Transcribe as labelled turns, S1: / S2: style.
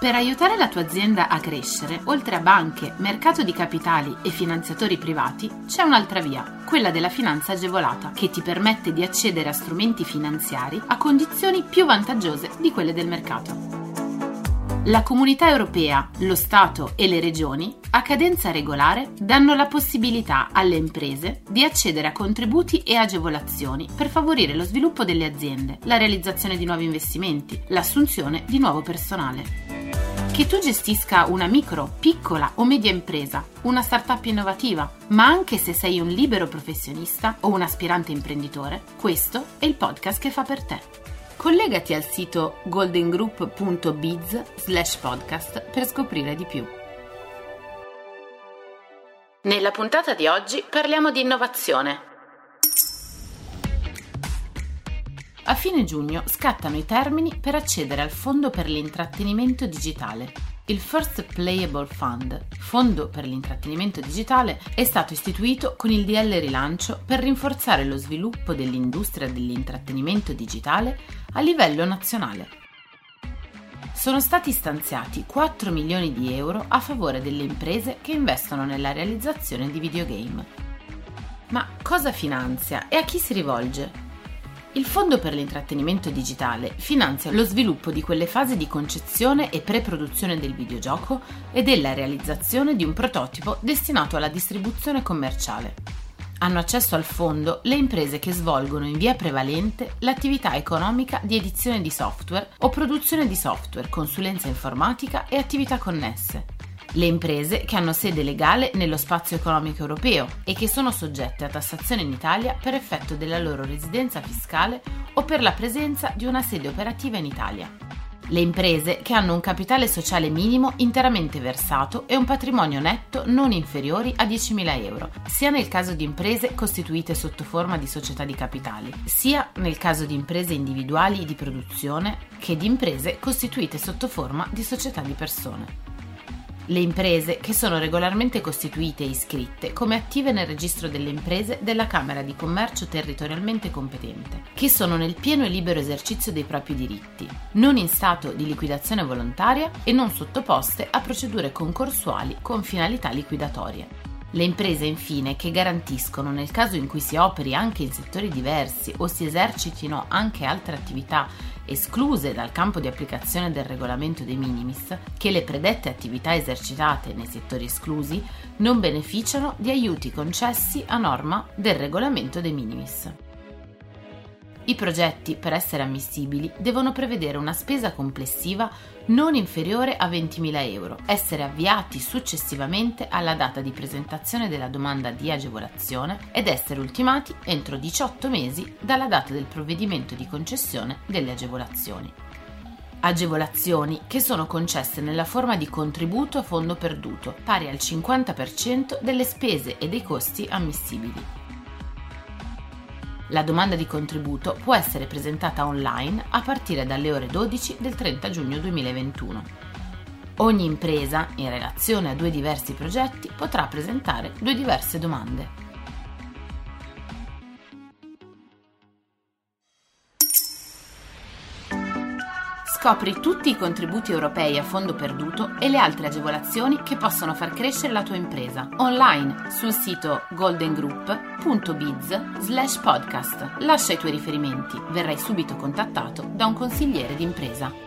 S1: Per aiutare la tua azienda a crescere, oltre a banche, mercato di capitali e finanziatori privati, c'è un'altra via, quella della finanza agevolata, che ti permette di accedere a strumenti finanziari a condizioni più vantaggiose di quelle del mercato. La Comunità Europea, lo Stato e le Regioni, a cadenza regolare, danno la possibilità alle imprese di accedere a contributi e agevolazioni per favorire lo sviluppo delle aziende, la realizzazione di nuovi investimenti, l'assunzione di nuovo personale. Che tu gestisca una micro, piccola o media impresa, una startup innovativa, ma anche se sei un libero professionista o un aspirante imprenditore, questo è il podcast che fa per te. Collegati al sito goldengroup.biz/podcast per scoprire di più. Nella puntata di oggi parliamo di innovazione. A fine giugno scattano i termini per accedere al Fondo per l'intrattenimento digitale. Il First Playable Fund, Fondo per l'intrattenimento digitale, è stato istituito con il DL Rilancio per rinforzare lo sviluppo dell'industria dell'intrattenimento digitale a livello nazionale. Sono stati stanziati 4 milioni di euro a favore delle imprese che investono nella realizzazione di videogame. Ma cosa finanzia e a chi si rivolge? Il Fondo per l'intrattenimento digitale finanzia lo sviluppo di quelle fasi di concezione e pre-produzione del videogioco e della realizzazione di un prototipo destinato alla distribuzione commerciale. Hanno accesso al fondo le imprese che svolgono in via prevalente l'attività economica di edizione di software o produzione di software, consulenza informatica e attività connesse. Le imprese che hanno sede legale nello spazio economico europeo e che sono soggette a tassazione in Italia per effetto della loro residenza fiscale o per la presenza di una sede operativa in Italia. Le imprese che hanno un capitale sociale minimo interamente versato e un patrimonio netto non inferiori a 10.000 euro, sia nel caso di imprese costituite sotto forma di società di capitali, sia nel caso di imprese individuali di produzione che di imprese costituite sotto forma di società di persone. Le imprese che sono regolarmente costituite e iscritte come attive nel registro delle imprese della Camera di Commercio territorialmente competente, che sono nel pieno e libero esercizio dei propri diritti, non in stato di liquidazione volontaria e non sottoposte a procedure concorsuali con finalità liquidatorie. Le imprese, infine, che garantiscono, nel caso in cui si operi anche in settori diversi o si esercitino anche altre attività escluse dal campo di applicazione del regolamento de minimis, che le predette attività esercitate nei settori esclusi non beneficiano di aiuti concessi a norma del regolamento de minimis. I progetti, per essere ammissibili, devono prevedere una spesa complessiva non inferiore a 20.000 euro, essere avviati successivamente alla data di presentazione della domanda di agevolazione ed essere ultimati entro 18 mesi dalla data del provvedimento di concessione delle agevolazioni. Agevolazioni che sono concesse nella forma di contributo a fondo perduto, pari al 50% delle spese e dei costi ammissibili. La domanda di contributo può essere presentata online a partire dalle ore 12 del 30 giugno 2021. Ogni impresa, in relazione a 2 diversi progetti, potrà presentare 2 diverse domande. Scopri tutti i contributi europei a fondo perduto e le altre agevolazioni che possono far crescere la tua impresa online sul sito goldengroup.biz/podcast. Lascia i tuoi riferimenti, verrai subito contattato da un consigliere d'impresa.